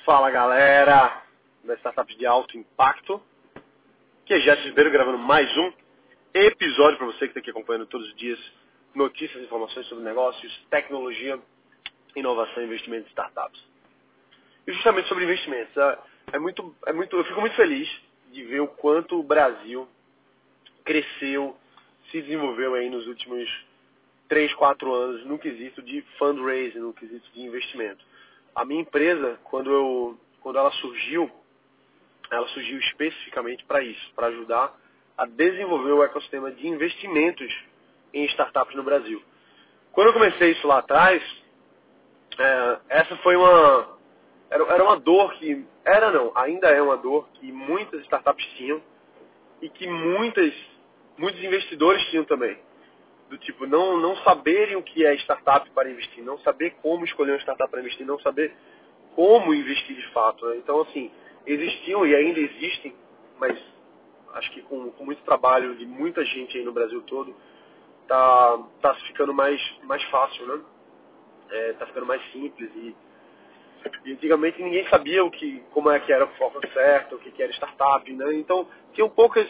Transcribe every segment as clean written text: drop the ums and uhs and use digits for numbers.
Fala galera das startups de alto impacto, que é Jéssica Ribeiro gravando mais um episódio para você que está aqui acompanhando todos os dias notícias e informações sobre negócios, tecnologia, inovação e investimento em startups. E justamente sobre investimentos, eu fico muito feliz de ver o quanto o Brasil cresceu, se desenvolveu aí nos últimos 3, 4 anos no quesito de fundraising, no quesito de investimento. A minha empresa, quando ela surgiu especificamente para isso, para ajudar a desenvolver o ecossistema de investimentos em startups no Brasil. Quando eu comecei isso lá atrás, essa foi era uma dor ainda é uma dor que muitas startups tinham e que muitos investidores tinham também. Do tipo, não saberem o que é startup para investir, não saber como escolher uma startup para investir, não saber como investir de fato. Né? Então, assim, existiam e ainda existem, mas acho que com muito trabalho de muita gente aí no Brasil todo, tá ficando mais fácil, né? Tá ficando mais simples e antigamente ninguém sabia como é que era o foco certo, o que era startup, né? Então, tinham poucos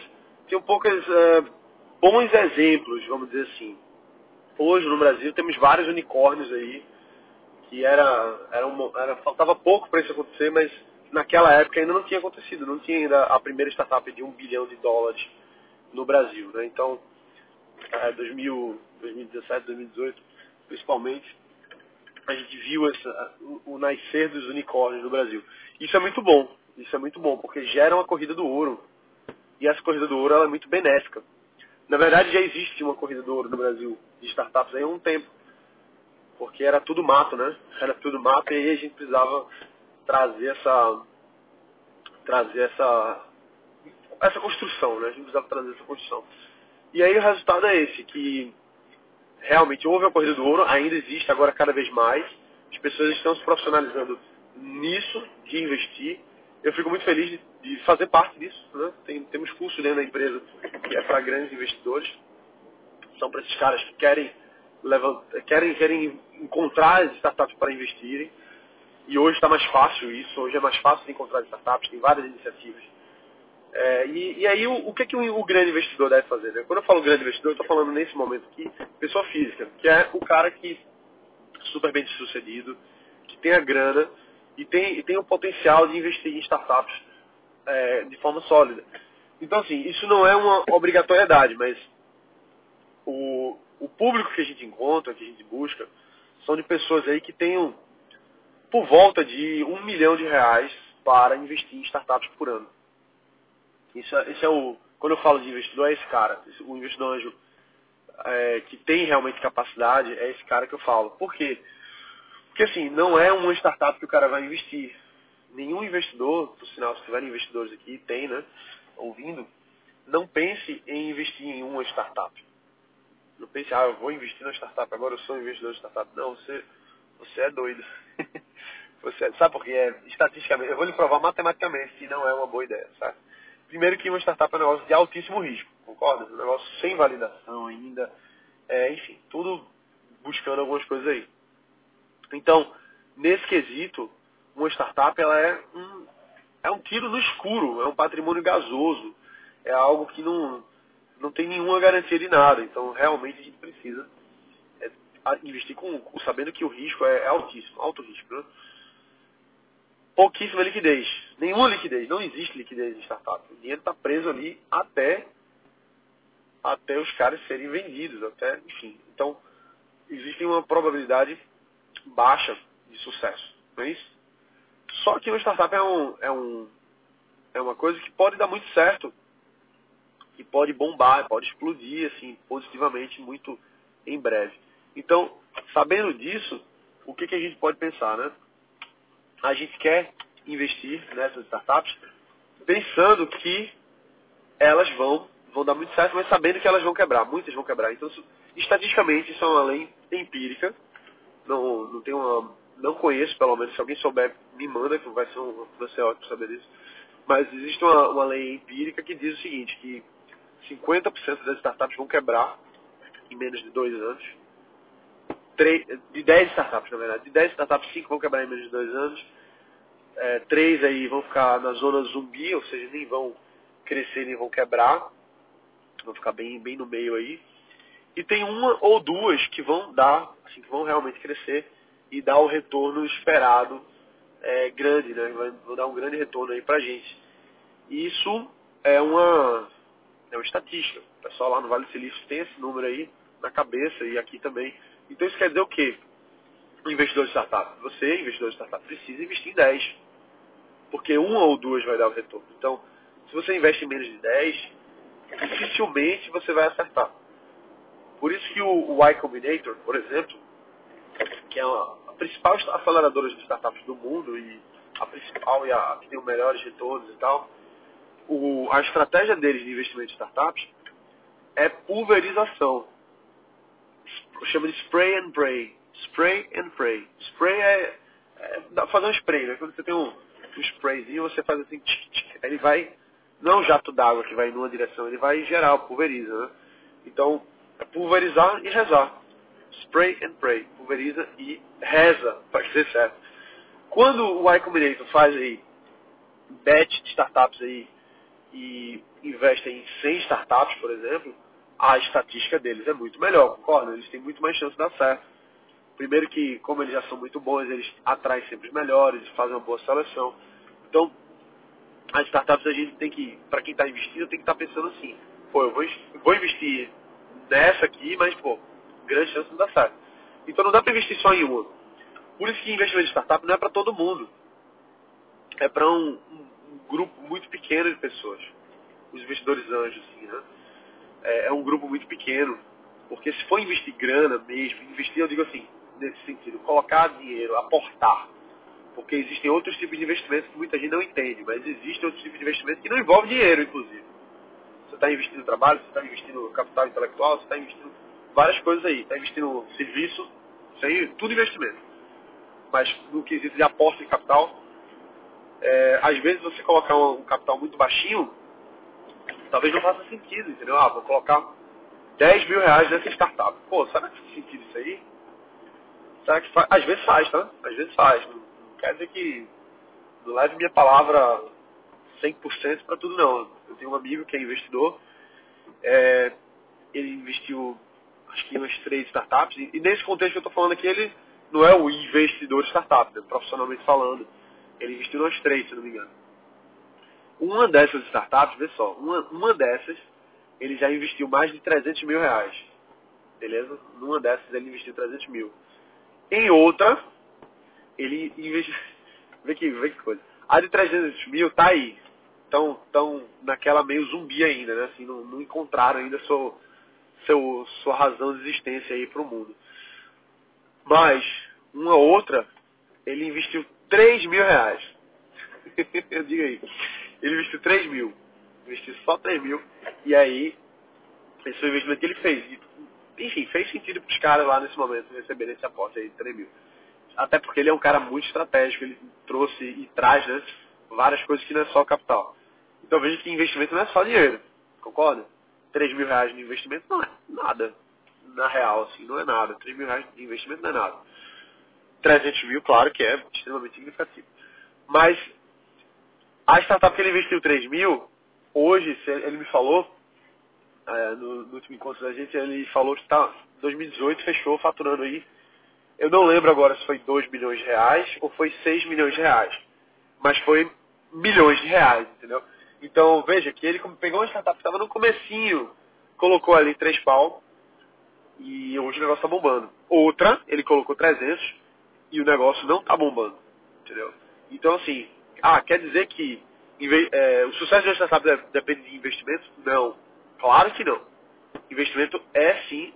bons exemplos, vamos dizer assim. Hoje no Brasil temos vários unicórnios aí, que faltava pouco para isso acontecer, mas naquela época ainda não tinha acontecido, não tinha ainda a primeira startup de $1 bilhão no Brasil, né? Então, 2017, 2018, principalmente, a gente viu o nascer dos unicórnios no Brasil. Isso é muito bom, porque gera uma corrida do ouro, e essa corrida do ouro ela é muito benéfica. Na verdade, já existe uma corrida do ouro no Brasil de startups aí há um tempo, porque era tudo mato, né? Era tudo mato e aí a gente precisava trazer essa construção, né? A gente precisava trazer essa construção. E aí o resultado é esse, que realmente houve a corrida do ouro, ainda existe agora cada vez mais. As pessoas estão se profissionalizando nisso, de investir. Eu fico muito feliz de fazer parte disso, né? Temos curso dentro da empresa que é para grandes investidores. São para esses caras que querem encontrar as startups para investirem. E hoje está mais fácil isso, hoje é mais fácil de encontrar startups, tem várias iniciativas. E aí o que o grande investidor deve fazer? Né? Quando eu falo grande investidor, eu estou falando nesse momento aqui, pessoa física, que é o cara que é super bem sucedido, que tem a grana e tem o potencial de investir em startups de forma sólida. Então, assim, isso não é uma obrigatoriedade, mas o público que a gente encontra, que a gente busca, são de pessoas aí que tenham por volta de R$1 milhão para investir em startups por ano. Quando eu falo de investidor, é esse cara, o investidor anjo que tem realmente capacidade, é esse cara que eu falo. Por quê? Porque assim, não é uma startup que o cara vai investir. Nenhum investidor, por sinal, se tiverem investidores aqui, tem, né, ouvindo, não pense em investir em uma startup. Não pense, eu vou investir na startup, agora eu sou investidor de startup. Não, você é doido. Sabe por quê? Estatisticamente, eu vou lhe provar matematicamente que não é uma boa ideia, sabe? Primeiro que uma startup é um negócio de altíssimo risco, concorda? Um negócio sem validação ainda, enfim, tudo buscando algumas coisas aí. Então, nesse quesito, uma startup ela é um tiro no escuro, é um patrimônio gasoso, é algo que não tem nenhuma garantia de nada. Então, realmente, a gente precisa investir sabendo que o risco é altíssimo, alto risco. Né? Pouquíssima liquidez, nenhuma liquidez, não existe liquidez em startup. O dinheiro está preso ali até os caras serem vendidos, enfim. Então, existe uma probabilidade baixa de sucesso, não é isso? Só que uma startup é uma coisa que pode dar muito certo, que pode bombar, pode explodir assim, positivamente muito em breve. Então, sabendo disso, o que a gente pode pensar, né? A gente quer investir nessas startups pensando que elas vão dar muito certo, mas sabendo que elas vão quebrar, muitas vão quebrar. Então, estatisticamente, isso é uma lei empírica. Não conheço, pelo menos, se alguém souber, me manda, que vai ser ótimo saber disso. Mas existe uma lei empírica que diz o seguinte, que 50% das startups vão quebrar em menos de 2 anos. De 10 startups, na verdade. De 10 startups, 5 vão quebrar em menos de 2 anos. 3 aí vão ficar na zona zumbi, ou seja, nem vão crescer, nem vão quebrar. Vão ficar bem no meio aí. E tem uma ou duas que vão dar, assim, que vão realmente crescer e dar o retorno esperado grande, né? Vão dar um grande retorno aí pra gente. E isso é uma estatística. O pessoal lá no Vale do Silício tem esse número aí na cabeça e aqui também. Então isso quer dizer o quê? O investidor de startup. Você, investidor de startup, precisa investir em 10. Porque uma ou duas vai dar o retorno. Então, se você investe em menos de 10, dificilmente você vai acertar. Por isso que o Y Combinator, por exemplo, que é a principal aceleradora de startups do mundo e a principal e a que tem os melhores retornos e tal, a estratégia deles de investimento em startups é pulverização. Chama de spray and pray. Spray and pray. Spray dá pra fazer um spray, né? Quando você tem um sprayzinho, você faz assim, tchic, tchic, aí ele vai, não é um jato d'água que vai numa direção, ele vai geral, pulveriza, né? Então, é pulverizar e rezar. Spray and pray. Pulveriza e reza para que dê certo. Quando o Y Combinator faz aí bet de startups aí e investe em 100 startups, por exemplo, a estatística deles é muito melhor, concorda? Eles têm muito mais chance de dar certo. Primeiro que, como eles já são muito bons, eles atraem sempre os melhores, fazem uma boa seleção. Então, as startups a gente tem que, para quem está investindo, tem que estar pensando assim, pô, eu vou investir nessa aqui, mas, pô, grande chance de não dar certo. Então não dá para investir só em uma. Por isso que investimento de startup não é para todo mundo. É para um grupo muito pequeno de pessoas. Os investidores anjos, assim, né? É um grupo muito pequeno. Porque se for investir grana mesmo, investir, eu digo assim, nesse sentido, colocar dinheiro, aportar. Porque existem outros tipos de investimentos que muita gente não entende, mas existem outros tipos de investimentos que não envolvem dinheiro, inclusive. Você está investindo em trabalho, você está investindo no capital intelectual, você está investindo várias coisas aí. Está investindo no serviço, isso aí, tudo investimento. Mas no quesito de aporte de capital, às vezes você colocar um capital muito baixinho, talvez não faça sentido, entendeu? Ah, vou colocar 10 mil reais nessa startup. Pô, será que faz sentido isso aí? Será que faz? Às vezes faz, tá? Às vezes faz. Não quer dizer que não leve minha palavra 100% para tudo, não. Eu tenho um amigo que é investidor, ele investiu, acho que em umas 3 startups, e nesse contexto que eu estou falando aqui, ele não é o investidor de startup, né, profissionalmente falando. Ele investiu nas 3, se não me engano. Uma dessas startups, vê só, uma dessas, ele já investiu mais de 300 mil reais. Beleza? Numa dessas ele investiu 300 mil. Em outra, ele investiu... vê que coisa. A de 300 mil tá aí. Tão naquela meio zumbi ainda, né? Assim, não encontraram ainda sua razão de existência aí pro mundo. Mas, uma outra, ele investiu 3 mil reais. Eu digo aí. Ele investiu 3 mil. Investiu só 3 mil. E aí, esse foi o investimento que ele fez. E, enfim, fez sentido para os caras lá nesse momento receberem esse aporte aí de 3 mil. Até porque ele é um cara muito estratégico. Ele trouxe e traz, né, várias coisas que não é só capital. Então veja que investimento não é só dinheiro. Concorda? 3 mil reais de investimento não é nada. Na real, assim, não é nada. 3 mil reais de investimento não é nada. 300 mil, claro que é extremamente significativo. Mas a startup que ele investiu 3 mil, hoje, ele me falou, no último encontro da gente, ele falou que 2018 fechou faturando aí. Eu não lembro agora se foi 2 milhões de reais ou foi 6 milhões de reais. Mas foi milhões de reais, entendeu? Então, veja que ele pegou uma startup que estava no comecinho, colocou ali 3 pau e hoje o negócio está bombando. Outra, ele colocou 300 e o negócio não está bombando, entendeu? Então, assim, quer dizer que o sucesso de uma startup depende de investimento? Não. Claro que não. Investimento é sim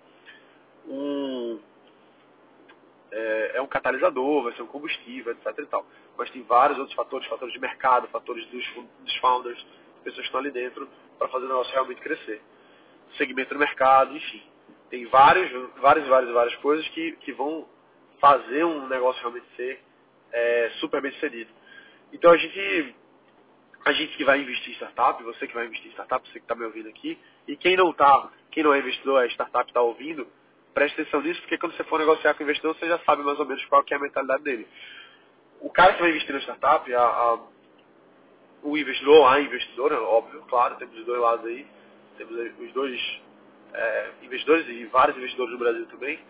um é um catalisador, vai ser um combustível, etc e tal. Mas tem vários outros fatores de mercado, fatores dos founders, pessoas que estão ali dentro, para fazer o negócio realmente crescer. Segmento do mercado, enfim. Tem várias coisas que vão fazer um negócio realmente ser super bem sucedido. Então a gente que vai investir em startup, você que vai investir em startup, você que está me ouvindo aqui, e quem não é investidor, é startup, está ouvindo, preste atenção nisso, porque quando você for negociar com o investidor, você já sabe mais ou menos qual que é a mentalidade dele. o cara que vai investir na startup, o investidor, a investidora, óbvio, claro, temos os dois lados aí, temos os dois investidores e vários investidores no Brasil também.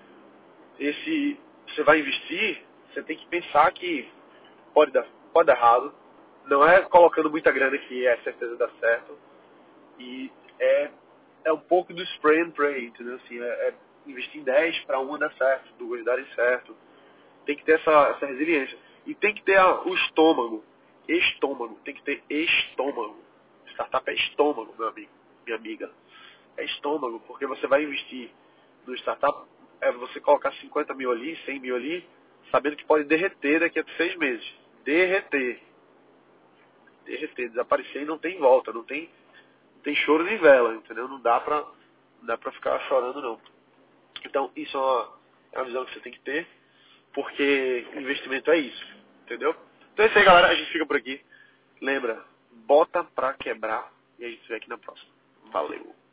Você vai investir, você tem que pensar que pode dar errado, não é colocando muita grana que é certeza dar certo, e é um pouco do spray and pray, entendeu? Assim, investir em 10 para uma dar certo, duas darem certo. Tem que ter essa resiliência. E tem que ter o estômago. Tem que ter estômago. Startup é estômago, meu amigo, minha amiga. É estômago, porque você vai investir no startup, você colocar 50 mil ali, 100 mil ali, sabendo que pode derreter daqui a 6 meses. Derreter, desaparecer e não tem volta, não tem choro nem vela, entendeu? Não dá pra ficar chorando, não. Então, isso é uma visão que você tem que ter, porque investimento é isso, entendeu? Então é isso aí, galera. A gente fica por aqui. Lembra, bota pra quebrar e a gente se vê aqui na próxima. Valeu!